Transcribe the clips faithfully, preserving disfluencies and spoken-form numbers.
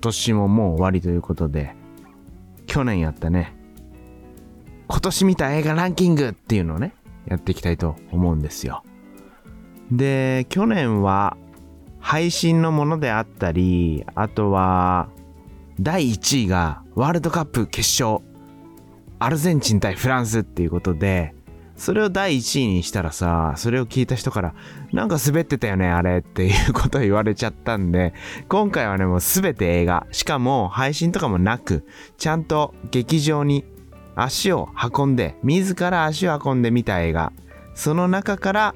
年ももう終わりということで、去年やったね、今年見た映画ランキングっていうのをね、やっていきたいと思うんですよ。で、去年は配信のものであったり、あとはだいいちいがワールドカップ決勝、アルゼンチン対フランスっていうことで、それをだいいちいにしたらさ、それを聞いた人からなんか滑ってたよねあれっていうことを言われちゃったんで、今回はねもうすべて映画、しかも配信とかもなく、ちゃんと劇場に足を運んで、自ら足を運んで見た映画、その中から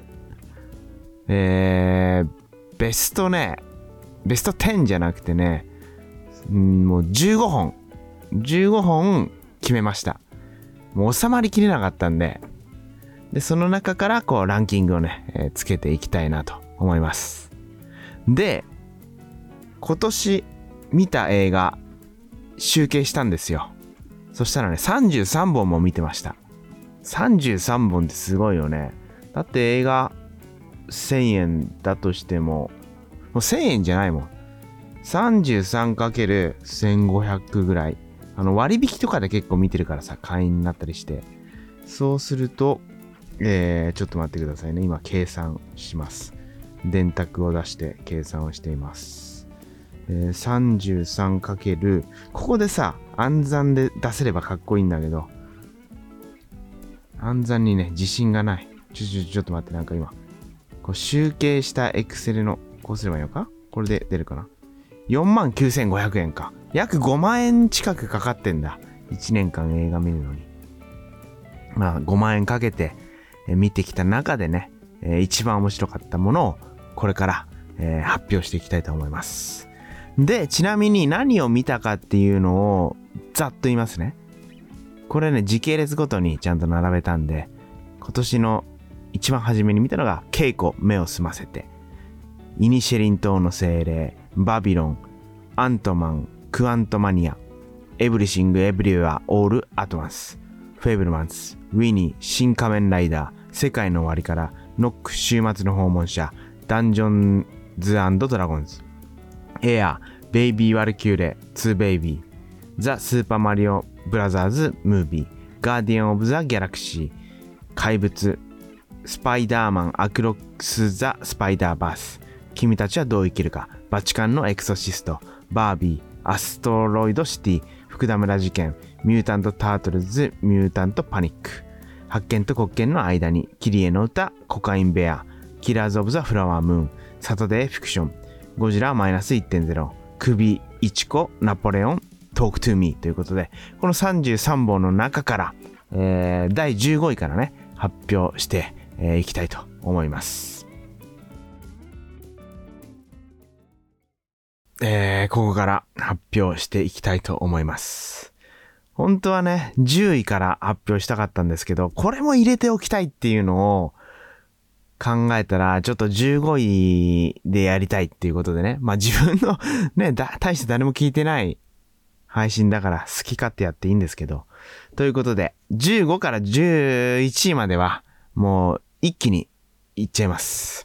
えー、ベストね、ベストじゅうじゃなくてね、んもうじゅうごほんじゅうごほん決めました。もう収まりきれなかったんで、でその中からこうランキングをね、えー、つけていきたいなと思います。で、今年見た映画集計したんですよ。そしたらねさんじゅうさんぼんも見てました。さんじゅうさんぼんってすごいよね。だって映画せんえんだとしても、もうせんえんじゃないもん。さんじゅうさんかけるせんごひゃくぐらい。あの割引とかで結構見てるからさ、会員になったりして。そうすると、えー、ちょっと待ってくださいね。今計算します。電卓を出して計算をしています。えー、さんじゅうさんかける、ここでさ、暗算で出せればかっこいいんだけど、暗算にね、自信がない。ちょちょちょっと待って、なんか今、こう集計したエクセルの、こうすればいいのか？これで出るかな？ よんまんきゅうせんごひゃくえんか。約ごまんえん近くかかってんだ。いちねんかん映画見るのに。まあごまんえんかけてえ見てきた中でね、えー、一番面白かったものをこれから、えー、発表していきたいと思います。で、ちなみに何を見たかっていうのをざっと言いますね。これね、時系列ごとにちゃんと並べたんで、今年の一番初めに見たのが稽古目を澄ませて、イニシェリン島の精霊、バビロン、アントマン、クアントマニア、エブリシングエブリウェアオールアトワンス、フェイブルマンズ、ウィニー、新仮面ライダー、世界の終わりから、ノック、週末の訪問者、ダンジョンズ&ドラゴンズ、エア、ベイビーワルキューレ、ツーベイビー、ザ・スーパーマリオブラザーズ・ムービー、ガーディアン・オブ・ザ・ギャラクシー、怪物、スパイダーマン・アクロス・ザ・スパイダーバース、君たちはどう生きるか、バチカンのエクソシスト、バービー、アストロイドシティ、福田村事件、ミュータント・タートルズ、ミュータント・パニック、発見と黒剣の間に、キリエの歌、コカイン・ベア、キラーズ・オブ・ザ・フラワー・ムーン、サタデー・フィクション、ゴジラマイナス いってんゼロ、首、イチコ、ナポレオン、トークトゥーミーということで、このさんじゅうさんぼんの中から、えー、だいじゅうごいからね、発表してい、えー、きたいと思います。えー、ここから発表していきたいと思います。本当はね、じゅういから発表したかったんですけど、これも入れておきたいっていうのを考えたら、ちょっとじゅうごいでやりたいっていうことでね、まあ自分のね、だ、大して誰も聞いてない配信だから好き勝手やっていいんですけど、ということで、じゅうごからじゅういちいまでは、もう一気にいっちゃいます。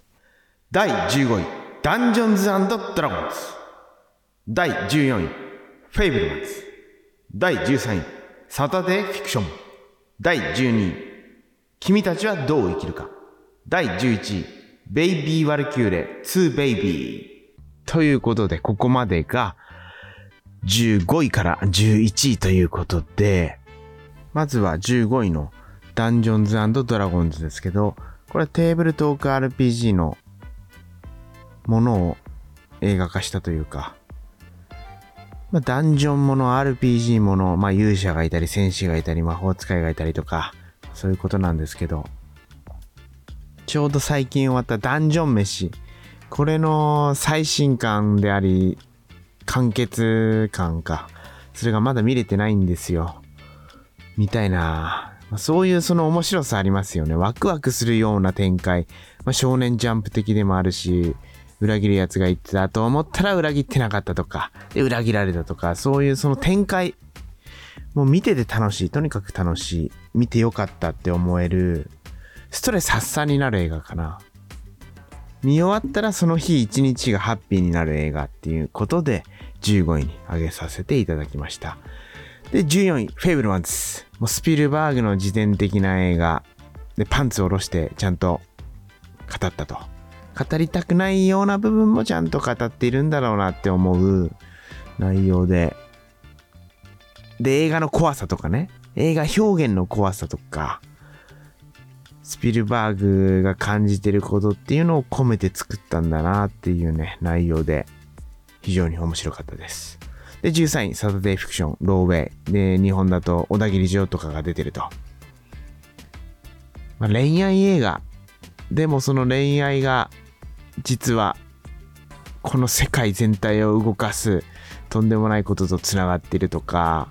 だいじゅうごい、ダンジョンズ&ドラゴンズ。だいじゅうよんい、フェイブルマンズ。だいじゅうさんい、サタデーフィクション。だいじゅうにい、君たちはどう生きるか。だいじゅういちい、ベイビーワルキューレツーベイビー。ということで、ここまでがじゅうごいからじゅういちいということで、まずはじゅうごいのダンジョンズ&ドラゴンズですけど、これテーブルトーク アールピージー のものを映画化したというか、まあ、ダンジョンもの、アールピージー もの、まあ勇者がいたり戦士がいたり魔法使いがいたりとか、そういうことなんですけど、ちょうど最近終わったダンジョン飯、これの最新刊であり完結感か、それがまだ見れてないんですよ。みたいな、まあ、そういうその面白さありますよね。ワクワクするような展開、まあ、少年ジャンプ的でもあるし、裏切るやつが言ってたと思ったら裏切ってなかったとか、で裏切られたとか、そういうその展開、もう見てて楽しい、とにかく楽しい、見てよかったって思える、ストレス発散になる映画かな。見終わったらその日一日がハッピーになる映画っていうことでじゅうごいに上げさせていただきました。で、じゅうよんい、フェイブルマンズ。もうスピルバーグの自伝的な映画でパンツを下ろしてちゃんと語ったと。語りたくないような部分もちゃんと語っているんだろうなって思う内容で、で、映画の怖さとかね、映画表現の怖さとか、スピルバーグが感じてることっていうのを込めて作ったんだなっていうね、内容で非常に面白かったです。で、じゅうさんい、サタデーフィクション、ローウェイ。で、日本だと小田切丈とかが出てると。まあ、恋愛映画。でもその恋愛が、実は、この世界全体を動かす、とんでもないこととつながっているとか、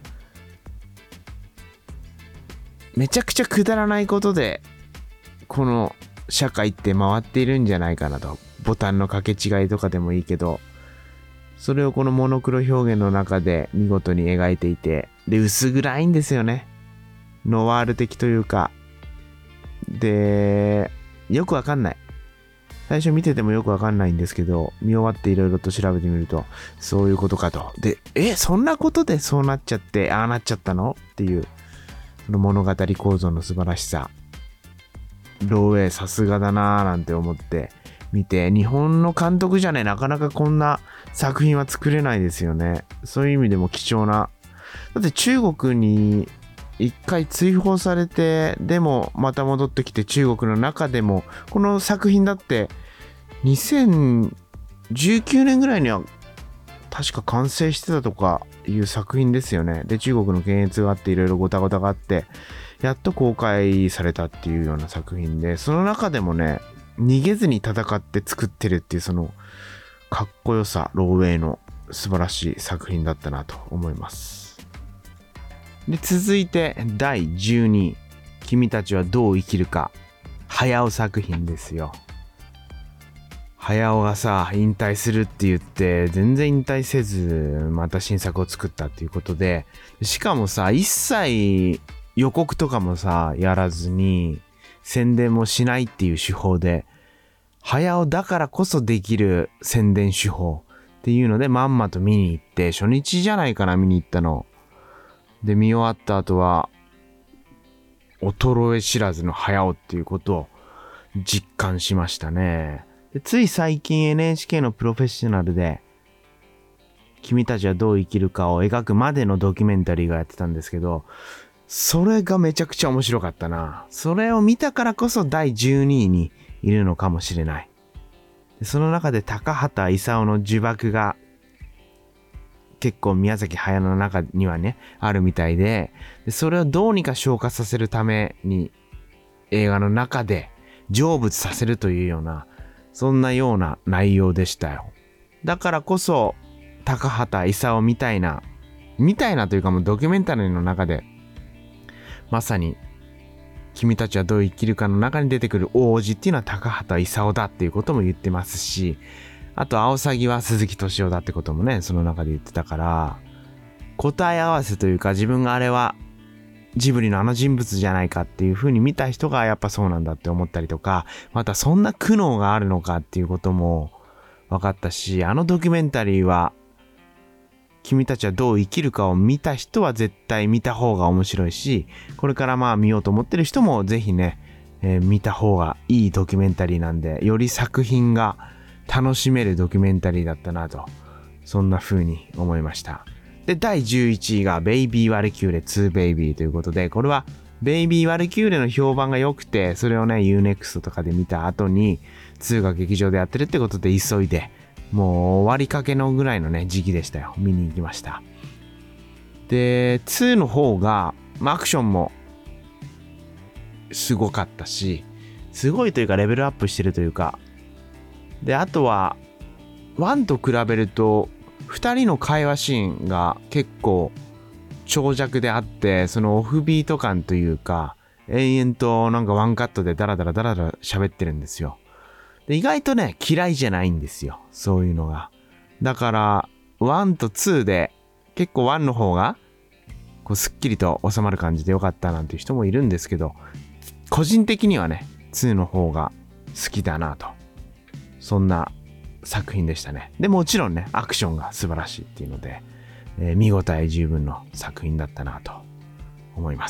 めちゃくちゃくだらないことで、この社会って回っているんじゃないかなと。ボタンの掛け違いとかでもいいけど、それをこのモノクロ表現の中で見事に描いていて、で、薄暗いんですよね。ノワール的というか。で、よくわかんない。最初見ててもよくわかんないんですけど、見終わっていろいろと調べてみると、そういうことかと。で、え、そんなことでそうなっちゃって、ああなっちゃったのっていう、その物語構造の素晴らしさ。ローウェイさすがだなーなんて思って見て、日本の監督じゃね、なかなかこんな作品は作れないですよね。そういう意味でも貴重な。だって中国に一回追放されて、でもまた戻ってきて中国の中でも、この作品だってにせんじゅうきゅうねんぐらいには確か完成してたとかいう作品ですよね。で、中国の検閲があっていろいろごたごたがあって、やっと公開されたっていうような作品で、その中でもね、逃げずに戦って作ってるっていうそのかっこよさ、ローウェイの素晴らしい作品だったなと思います。で、続いてだいじゅうにい、君たちはどう生きるか。早尾作品ですよ。早尾がさ、引退するって言って全然引退せずまた新作を作ったっていうことで、しかもさ、一切予告とかもさやらずに宣伝もしないっていう手法で、早尾だからこそできる宣伝手法っていうのでまんまと見に行って、初日じゃないかな、見に行ったので、見終わった後は衰え知らずの早尾っていうことを実感しましたね。で、つい最近 エヌエイチケー のプロフェッショナルで君たちはどう生きるかを描くまでのドキュメンタリーがやってたんですけど、それがめちゃくちゃ面白かったな。それを見たからこそだいじゅうにいにいるのかもしれない。で、その中で高畑勲の呪縛が結構宮崎駿の中にはねあるみたいで、でそれをどうにか消化させるために映画の中で成仏させるというような、そんなような内容でしたよ。だからこそ高畑勲みたいなみたいなというか、もうドキュメンタリーの中でまさに君たちはどう生きるかの中に出てくる王子っていうのは高畑勲だっていうことも言ってますし、あとアオサギは鈴木敏夫だってこともねその中で言ってたから、答え合わせというか、自分があれはジブリのあの人物じゃないかっていう風に見た人がやっぱそうなんだって思ったりとか、またそんな苦悩があるのかっていうことも分かったし、あのドキュメンタリーは君たちはどう生きるかを見た人は絶対見た方が面白いし、これからまあ見ようと思ってる人もぜひね、えー、見た方がいいドキュメンタリーなんで、より作品が楽しめるドキュメンタリーだったなと、そんな風に思いました。で、だいじゅういちいがベイビーワルキューレツーベイビーということで、これはベイビーワルキューレの評判が良くて、それをね ユーネクスト とかで見た後にツーが劇場でやってるってことで急いで、もう終わりかけのぐらいのね時期でしたよ、見に行きました。で、ツーの方が、まあ、アクションもすごかったし、すごいというかレベルアップしてるというか、で、あとはワンと比べるとふたりの会話シーンが結構長尺であって、そのオフビート感というか、延々となんかワンカットでダラダラダラダラ喋ってるんですよ。で、意外とね嫌いじゃないんですよ、そういうのが。だからワンとツーで結構ワンの方がこうすっきりと収まる感じでよかったなんていう人もいるんですけど、個人的にはねツーの方が好きだなと、そんな作品でしたね。でもちろんねアクションが素晴らしいっていうので、えー、見応え十分の作品だったなと思います。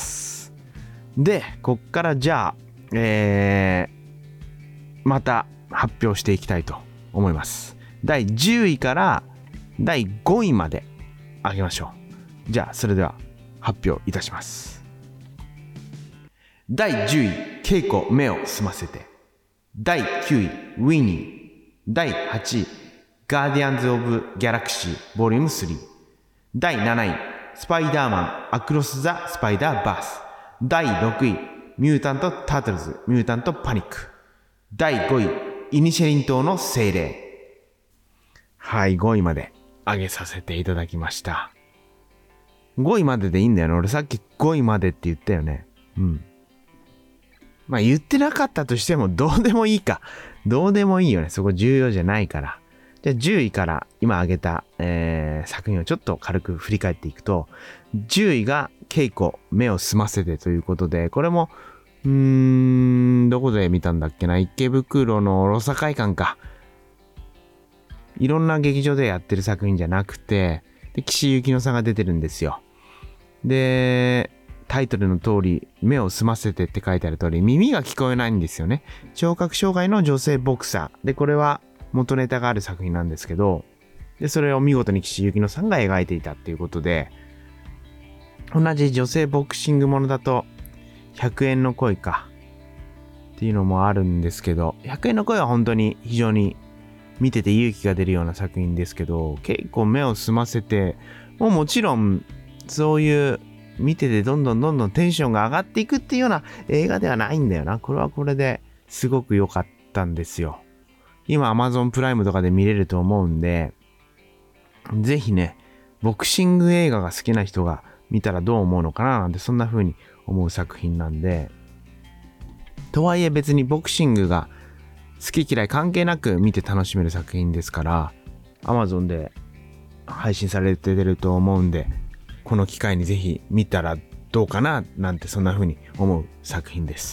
でこっからじゃあ、えー、また発表していきたいと思います。だいじゅういからだいごいまで上げましょう。じゃあそれでは発表いたします。だいじゅうい稽古目を澄ませて、だいきゅういウィニー、だいはちいガーディアンズ・オブ・ギャラクシーボリュームスリー、だいなないスパイダーマンアクロス・ザ・スパイダーバース、だいろくいミュータント・タートルズミュータント・パニック、だいごいイニシェリン島の精霊。はい、ごいまで上げさせていただきました。ごいまででいいんだよね。俺さっきごいまでって言ったよね。うん。まあ言ってなかったとしてもどうでもいいか。どうでもいいよね。そこ重要じゃないから。じゃあじゅういから今挙げた、えー、作品をちょっと軽く振り返っていくと、じゅういが稽古目を澄ませてということで、これもうーんどこで見たんだっけな、池袋のロサ会館か。いろんな劇場でやってる作品じゃなくて、で岸由紀乃さんが出てるんですよ。でタイトルの通り目を澄ませてって書いてある通り耳が聞こえないんですよね。聴覚障害の女性ボクサーで、これは元ネタがある作品なんですけど、でそれを見事に岸由紀乃さんが描いていたっていうことで、同じ女性ボクシングものだとひゃくえんの恋かっていうのもあるんですけど、ひゃくえんの恋は本当に非常に見てて勇気が出るような作品ですけど、結構目を澄ませてもうもちろんそういう見ててどんどんどんどんテンションが上がっていくっていうような映画ではないんだよな。これはこれですごく良かったんですよ。今 Amazon プライムとかで見れると思うんで、ぜひねボクシング映画が好きな人が見たらどう思うのかななんて、そんな風に思う作品なんで、とはいえ別にボクシングが好き嫌い関係なく見て楽しめる作品ですから、 Amazon で配信されてると思うんで、この機会にぜひ見たらどうかななんて、そんな風に思う作品です。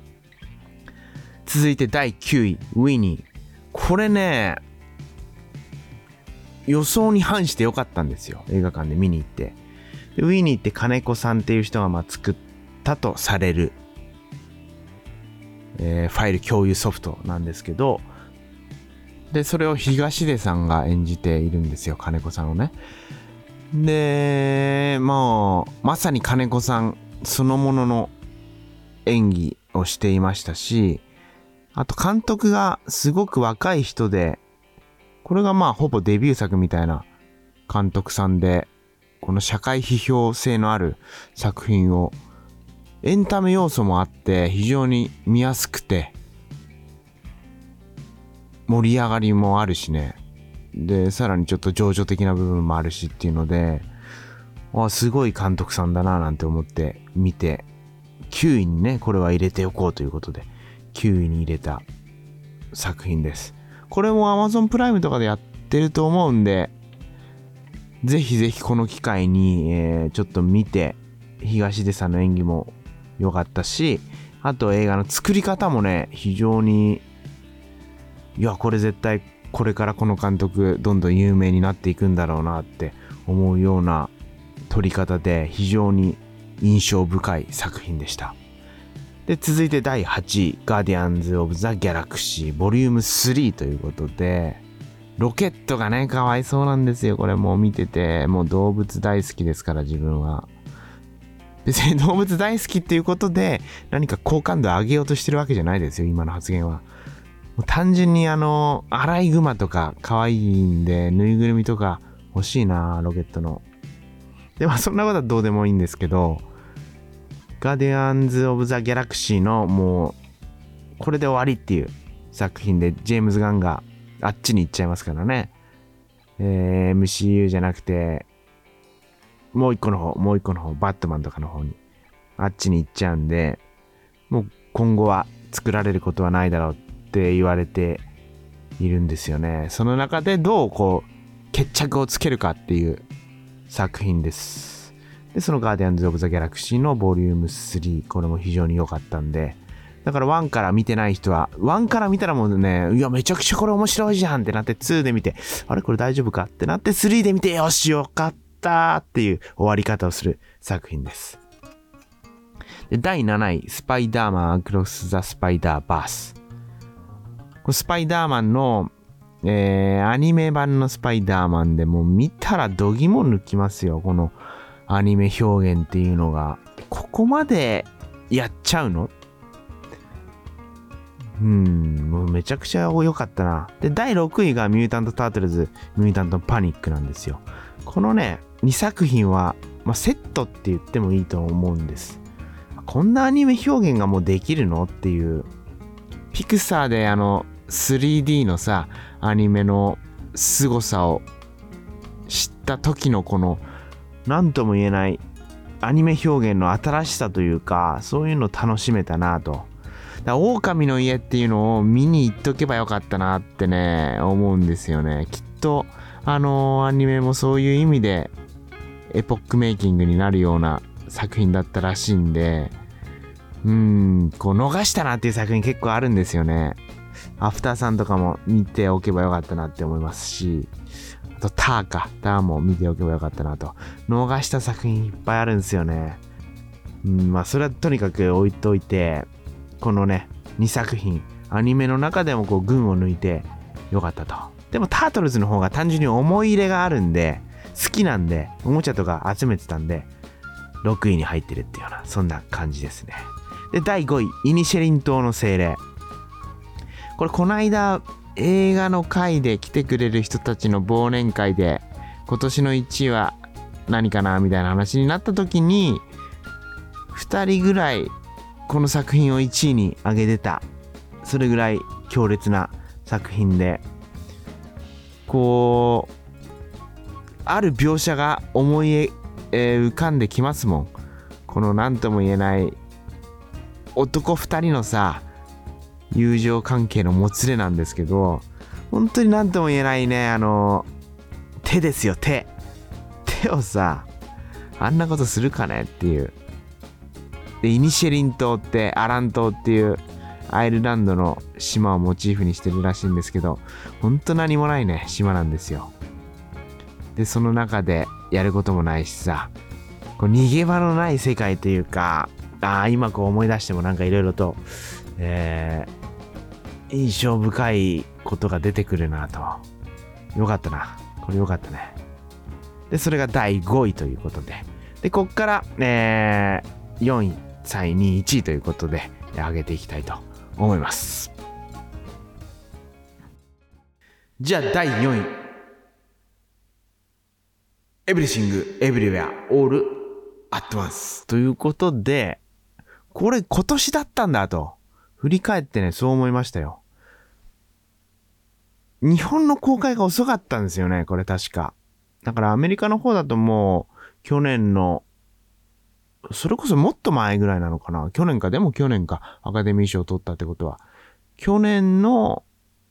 続いてだいきゅういウィニー。これね予想に反して良かったんですよ。映画館で見に行って、でウィニーって金子さんっていう人がまあ作ったとされる、えー、ファイル共有ソフトなんですけど、でそれを東出さんが演じているんですよ、金子さんをね。でまあまさに金子さんそのものの演技をしていましたし、あと監督がすごく若い人で、これがまあほぼデビュー作みたいな監督さんで、この社会批評性のある作品をエンタメ要素もあって非常に見やすくて盛り上がりもあるしね、でさらにちょっと情緒的な部分もあるしっていうので、あすごい監督さんだななんて思って見て、きゅういにねこれは入れておこうということできゅういに入れた作品です。これも Amazon プライムとかでやってると思うんで、ぜひぜひこの機会に、えー、ちょっと見て、東出さんの演技も良かったし、あと映画の作り方もね非常に、いやこれ絶対これからこの監督どんどん有名になっていくんだろうなって思うような撮り方で、非常に印象深い作品でした。で続いてだいはちいガーディアンズ・オブ・ザ・ギャラクシーボリュームスリーということで、ロケットがねかわいそうなんですよ。これもう見てて、もう動物大好きですから自分は。別に動物大好きっていうことで何か好感度上げようとしてるわけじゃないですよ、今の発言は。もう単純にあのアライグマとか可愛いんで、ぬいぐるみとか欲しいな、ロケットの。でもそんなことはどうでもいいんですけど、ガーディアンズ・オブ・ザ・ギャラクシーのもうこれで終わりっていう作品で、ジェームズ・ガンがあっちに行っちゃいますからね、えー、エムシーユー じゃなくてもう一個の方もう一個の方バットマンとかの方にあっちに行っちゃうんで、もう今後は作られることはないだろうって言われているんですよね。その中でどうこう決着をつけるかっていう作品です。でそのガーディアンズ・オブ・ザ・ギャラクシーのボリュームスリー、これも非常に良かったんで、 だからワンから見てない人は、ワンから見たらもうね、いやめちゃくちゃこれ面白いじゃんってなって、ツーで見て、あれこれ大丈夫かってなって、スリーで見て、よしよかったっていう終わり方をする作品です。で、だいなない、スパイダーマンアクロスザスパイダーバース。これスパイダーマンの、えー、アニメ版のスパイダーマンでもう見たら度肝抜きますよ。このアニメ表現っていうのが。ここまでやっちゃうの？うん、もうめちゃくちゃ良かったな。で、だいろくいがミュータント・タートルズ、ミュータント・パニックなんですよ。このね、にさく品は、まあ、セットって言ってもいいと思うんです。こんなアニメ表現がもうできるのっていう。ピクサーであの スリーディー のさ、アニメの凄さを知った時のこの、なんとも言えないアニメ表現の新しさというか、そういうの楽しめたなと。だ狼の家っていうのを見に行っとけばよかったなってね、思うんですよね。きっと、あのー、アニメもそういう意味でエポックメイキングになるような作品だったらしいんで、うーん、こう逃したなっていう作品結構あるんですよね。アフターさんとかも見ておけばよかったなって思いますし、あとターか、ターも見ておけばよかったなと。逃した作品いっぱいあるんですよね。うん、まあそれはとにかく置いといて、このね、にさく品、アニメの中でもこう群を抜いてよかったと。でもタートルズの方が単純に思い入れがあるんで、好きなんで、おもちゃとか集めてたんで、ろくいに入ってるっていうような、そんな感じですね。で、だいごい、イニシェリン島の精霊。これこの間、映画の回で来てくれる人たちの忘年会で、今年のいちいは何かなみたいな話になった時に、ふたりぐらい、この作品をいちいに上げてた。それぐらい強烈な作品で、こうある描写が思い、えー、浮かんできますもん。この何とも言えない男ふたりのさ、友情関係のもつれなんですけど、本当に何とも言えないね、あの手ですよ、手手をさ、あんなことするかねっていう。で、イニシェリン島ってアラン島っていうアイルランドの島をモチーフにしてるらしいんですけど、ほんと何もないね、島なんですよ。で、その中でやることもないしさ、こう逃げ場のない世界というか、ああ、今こう思い出してもなんかいろいろと、えー、印象深いことが出てくるなと。よかったな。これよかったね。で、それがだいごいということで。で、こっから、えー、よんい、さんい、にい、いちいということで上げていきたいと思います。じゃあだいよんい、エブリシングエブリウェアオールアットワンスということで、これ今年だったんだと振り返ってね、そう思いましたよ。日本の公開が遅かったんですよね、これ確か。だからアメリカの方だともう去年のそれこそもっと前ぐらいなのかな。去年か、でも去年か、アカデミー賞を取ったってことは。去年の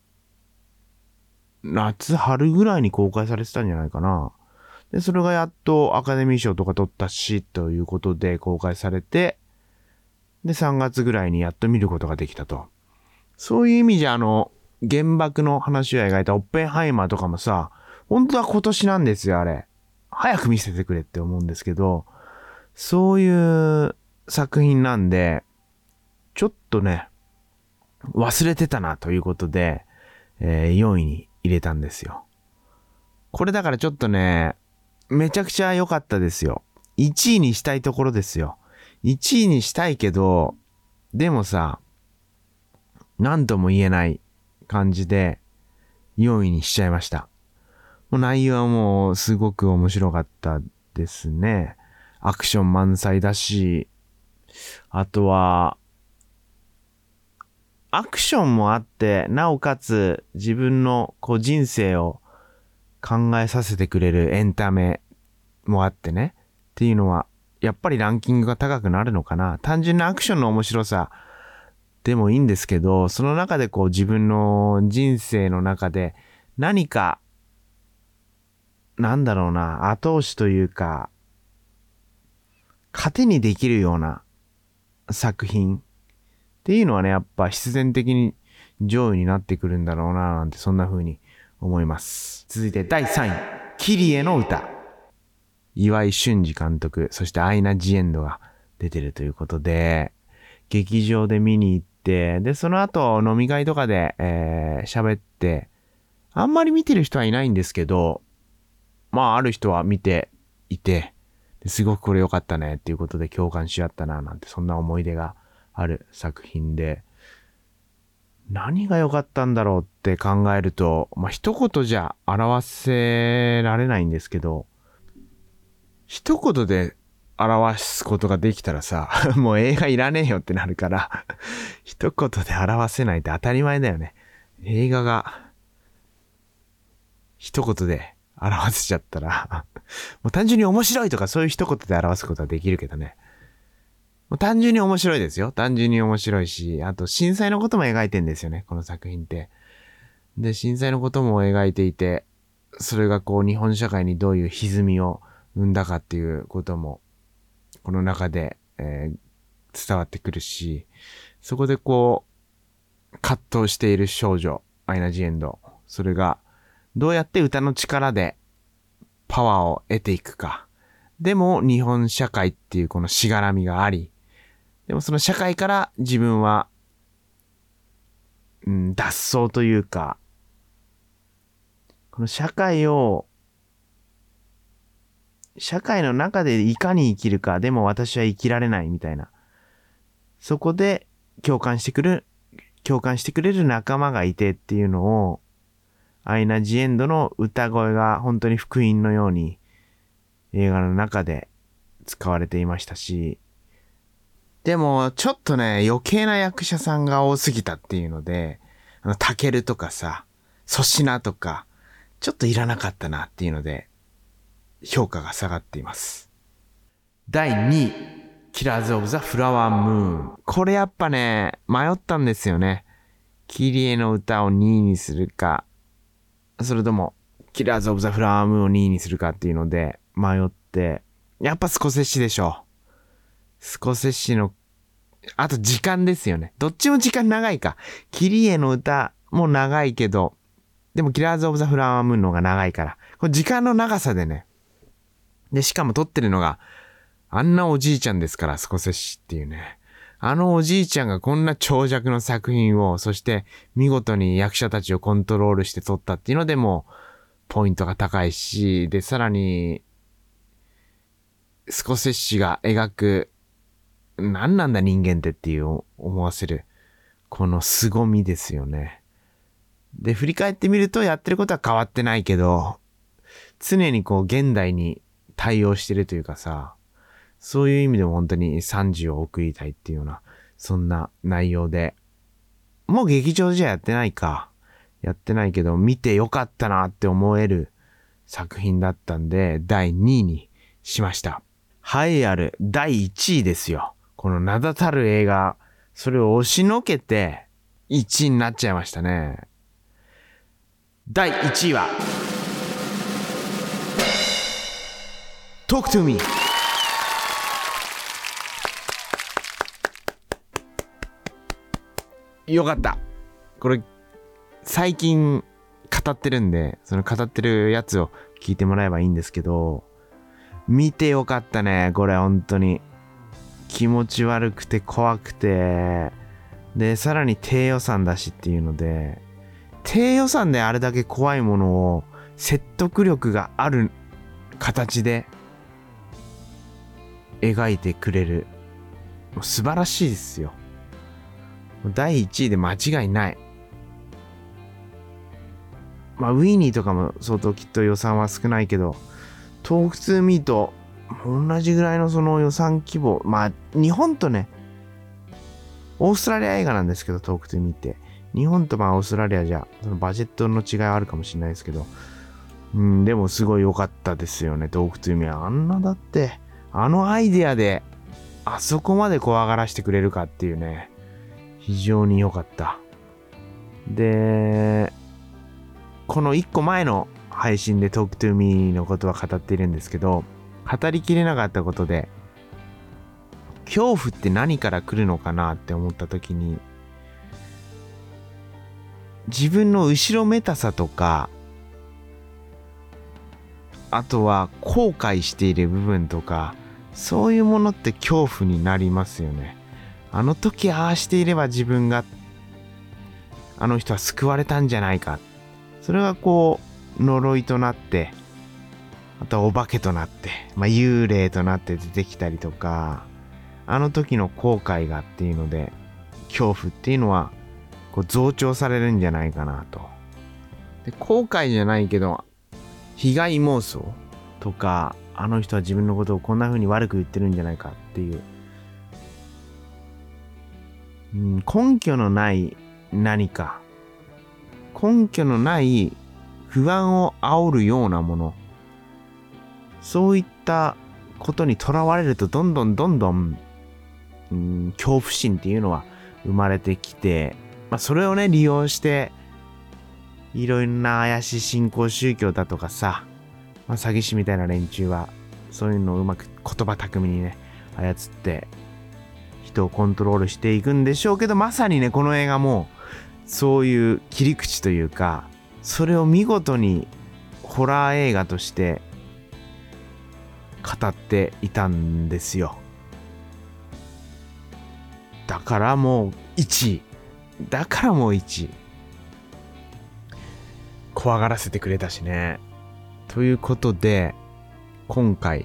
夏、春ぐらいに公開されてたんじゃないかな。で、それがやっとアカデミー賞とか取ったし、ということで公開されて、で、さんがつぐらいにやっと見ることができたと。そういう意味じゃ、あの、原爆の話を描いたオッペンハイマーとかもさ、本当は今年なんですよ、あれ。早く見せてくれって思うんですけど、そういう作品なんで、ちょっとね、忘れてたなということで、えー、よんいに入れたんですよ。これだからちょっとね、めちゃくちゃ良かったですよ。いちいにしたいところですよ。いちいにしたいけど、でもさ、何とも言えない感じでよんいにしちゃいました。もう内容はもうすごく面白かったですね。アクション満載だし、あとは、アクションもあって、なおかつ自分のこう人生を考えさせてくれるエンタメもあってね。っていうのは、やっぱりランキングが高くなるのかな。単純なアクションの面白さでもいいんですけど、その中でこう自分の人生の中で何か、なんだろうな、後押しというか、糧にできるような作品っていうのはね、やっぱ必然的に上位になってくるんだろうななんて、そんな風に思います。続いてだいさんい、キリエの歌。岩井俊二監督、そしてアイナ・ジ・エンドが出てるということで、劇場で見に行って、で、その後飲み会とかで、えー、喋って、あんまり見てる人はいないんですけど、まあある人は見ていて、すごくこれ良かったねっていうことで共感し合ったななんて、そんな思い出がある作品で、何が良かったんだろうって考えると、まあ一言じゃ表せられないんですけど、一言で表すことができたらさ、もう映画いらねえよってなるから、一言で表せないって当たり前だよね。映画が一言で表せちゃったら、もう単純に面白いとかそういう一言で表すことはできるけどね。もう単純に面白いですよ。単純に面白いし、あと震災のことも描いてんですよね、この作品って。で、震災のことも描いていて、それがこう日本社会にどういう歪みを生んだかっていうことも、この中で、えー、伝わってくるし、そこでこう、葛藤している少女、アイナ・ジ・エンド。それが、どうやって歌の力でパワーを得ていくか。でも、日本社会っていうこのしがらみがあり、でもその社会から自分は、うん、脱走というか、この社会を、社会の中でいかに生きるか、でも私は生きられないみたいな。そこで共感してくる、共感してくれる仲間がいてっていうのを、アイナ・ジ・エンドの歌声が本当に福音のように映画の中で使われていましたし、でもちょっとね、余計な役者さんが多すぎたっていうので、あの、タケルとかさ、粗品とか、ちょっといらなかったなっていうので、評価が下がっています。だいにい、キラーズ・オブ・ザ・フラワームーン。これやっぱね、迷ったんですよね。キリエの歌をにいにするか、それとも、キラーズ・オブ・ザ・フラワームーンをにいにするかっていうので迷って、やっぱスコセッシでしょ。スコセッシの、あと時間ですよね。どっちも時間長いか。キリエの歌も長いけど、でもキラーズ・オブ・ザ・フラワームーンの方が長いから。これ時間の長さでね。で、しかも撮ってるのが、あんなおじいちゃんですから、スコセッシっていうね。あのおじいちゃんがこんな長尺の作品を、そして見事に役者たちをコントロールして撮ったっていうのでも、ポイントが高いし、で、さらに、スコセッシが描く、何なんだ人間ってっていう思わせる、この凄みですよね。で、振り返ってみるとやってることは変わってないけど、常にこう現代に対応してるというかさ、そういう意味でも本当に賛辞を送りたいっていうような、そんな内容で。もう劇場じゃやってないか。やってないけど、見てよかったなって思える作品だったんで、だいにいにしました。栄えあるだいいちいですよ。この名だたる映画、それを押しのけていちいになっちゃいましたね。だいいちいは、Talk to me。よかった。これ、最近語ってるんで、その語ってるやつを聞いてもらえばいいんですけど、見てよかったね。これ本当に。気持ち悪くて怖くて、で、さらに低予算だしっていうので、低予算であれだけ怖いものを説得力がある形で描いてくれる。もう素晴らしいですよ。だいいちいで間違いない。まあウィーニーとかも相当きっと予算は少ないけど、トークツーミーと同じぐらいのその予算規模、まあ日本とね、オーストラリア映画なんですけど、トークツーミーって日本とまあオーストラリアじゃそのバジェットの違いはあるかもしれないですけど、うん、でもすごい良かったですよね。トークツーミーはあんな、だってあのアイデアであそこまで怖がらしてくれるかっていうね、非常に良かった。で、このいっこまえの配信で Talk to Me のことは語っているんですけど、語りきれなかったことで恐怖って何から来るのかなって思った時に、自分の後ろめたさとか、あとは後悔している部分とか、そういうものって恐怖になりますよね。あの時ああしていれば自分が、あの人は救われたんじゃないか。それがこう呪いとなって、あとはお化けとなって、まあ、幽霊となって出てきたりとか、あの時の後悔がっていうので、恐怖っていうのはこう増長されるんじゃないかなと。で、後悔じゃないけど、被害妄想とか、あの人は自分のことをこんな風に悪く言ってるんじゃないかっていう、うん、根拠のない何か、根拠のない不安を煽るようなもの、そういったことにとらわれるとどんどんどんどん、うん、恐怖心っていうのは生まれてきて、まあ、それをね利用していろんな怪しい新興宗教だとかさ、まあ、詐欺師みたいな連中はそういうのをうまく言葉巧みにね操って人をコントロールしていくんでしょうけど、まさにねこの映画もそういう切り口というか、それを見事にホラー映画として語っていたんですよ。だからもういちい、だからもういちい、怖がらせてくれたしね。ということで今回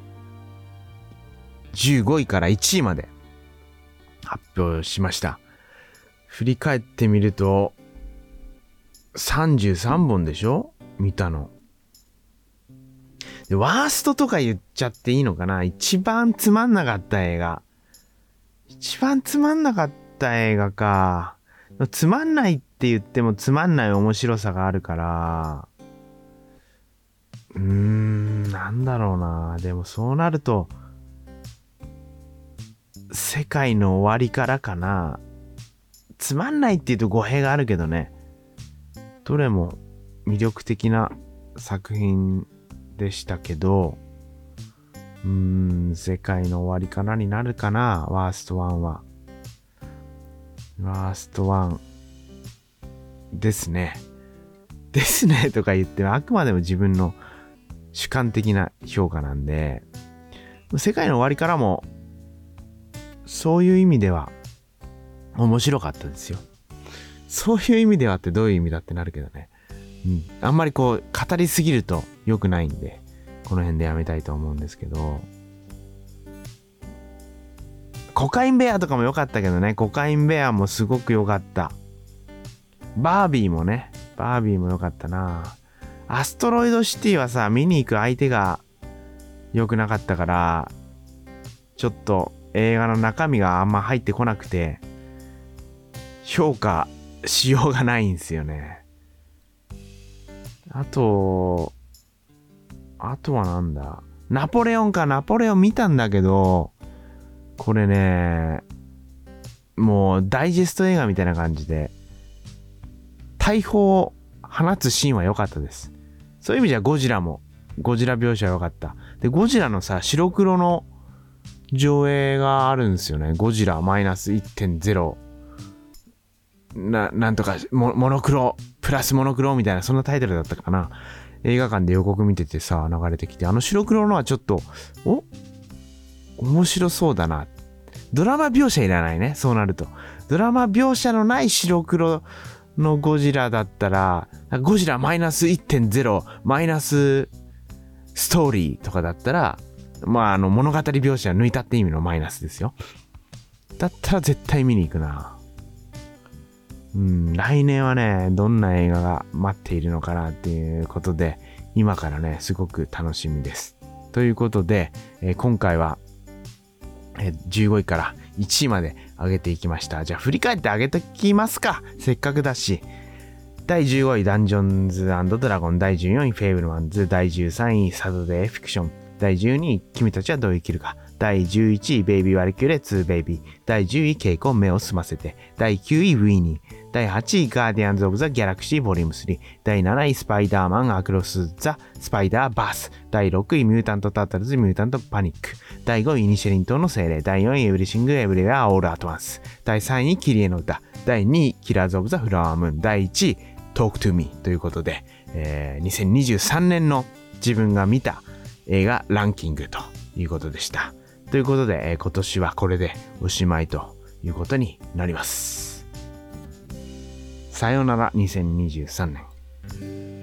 じゅうごいからいちいまで発表しました。振り返ってみるとさんじゅうさんぼんでしょ、見たの。で、ワーストとか言っちゃっていいのかな。一番つまんなかった映画。一番つまんなかった映画か。つまんないって言ってもつまんない面白さがあるから。うーん、なんだろうな。でもそうなると、世界の終わりからかな。つまんないって言うと語弊があるけどね。どれも魅力的な作品でしたけど、うーん、世界の終わりかなになるかな、ワーストワンは。ワーストワンですね。ですねとか言ってあくまでも自分の主観的な評価なんで、世界の終わりからもそういう意味では面白かったですよ。そういう意味ではってどういう意味だってなるけどね。うん、あんまりこう語りすぎると良くないんで、この辺でやめたいと思うんですけど、コカインベアとかも良かったけどね。コカインベアもすごく良かった。バービーもね、バービーも良かったな。アストロイドシティはさ、見に行く相手が良くなかったから、ちょっと映画の中身があんま入ってこなくて、評価しようがないんですよね。あと、あとはなんだ。ナポレオンか、ナポレオン見たんだけど、これね、もうダイジェスト映画みたいな感じで、大砲を放つシーンは良かったです。そういう意味じゃゴジラも、ゴジラ描写は良かった。で、ゴジラのさ、白黒の上映があるんですよね。ゴジラマイナス いってんゼロ。な、なんとかモ、モノクロ、プラスモノクロみたいな、そんなタイトルだったかな。映画館で予告見ててさ、流れてきて、あの白黒のはちょっと、お面白そうだな。ドラマ描写いらないね、そうなると。ドラマ描写のない白黒のゴジラだったら、ゴジラマイナス いってんゼロ、マイナスストーリーとかだったら、まあ、あの、物語描写抜いたって意味のマイナスですよ。だったら絶対見に行くな。うん、来年はね、どんな映画が待っているのかなっていうことで、今からね、すごく楽しみです。ということで、えー、今回は、えー、じゅうごいからいちいまで上げていきました。じゃあ振り返って上げてきますか。せっかくだし。だいじゅうごい、ダンジョンズ&ドラゴン。だいじゅうよんい、フェイブルマンズ。だいじゅうさんい、サタデーフィクション。だいじゅうにい、君たちはどう生きるか。 だいじゅういちいベイビーワルキューレツーベイビー、だいじゅういケイコ目を澄ませて、だいきゅういウィーニー、だいはちいガーディアンズ・オブ・ザ・ギャラクシーボリュームスリー、だいなないスパイダーマン・アクロス・ザ・スパイダーバース、だいろくいミュータント・タータルズ・ミュータント・パニック、だいごいイニシェリン島の精霊、だいよんいエブリシング・エブリウェア・オール・アトワンス、だいさんいキリエの歌、だいにいキラーズ・オブ・ザ・フラワームーン、だいいちいTalk to Me ということで、えー、にせんにじゅうさんねんの自分が見た映画ランキングということでした。ということで、えー、今年はこれでおしまいということになります。さようならにせんにじゅうさんねん。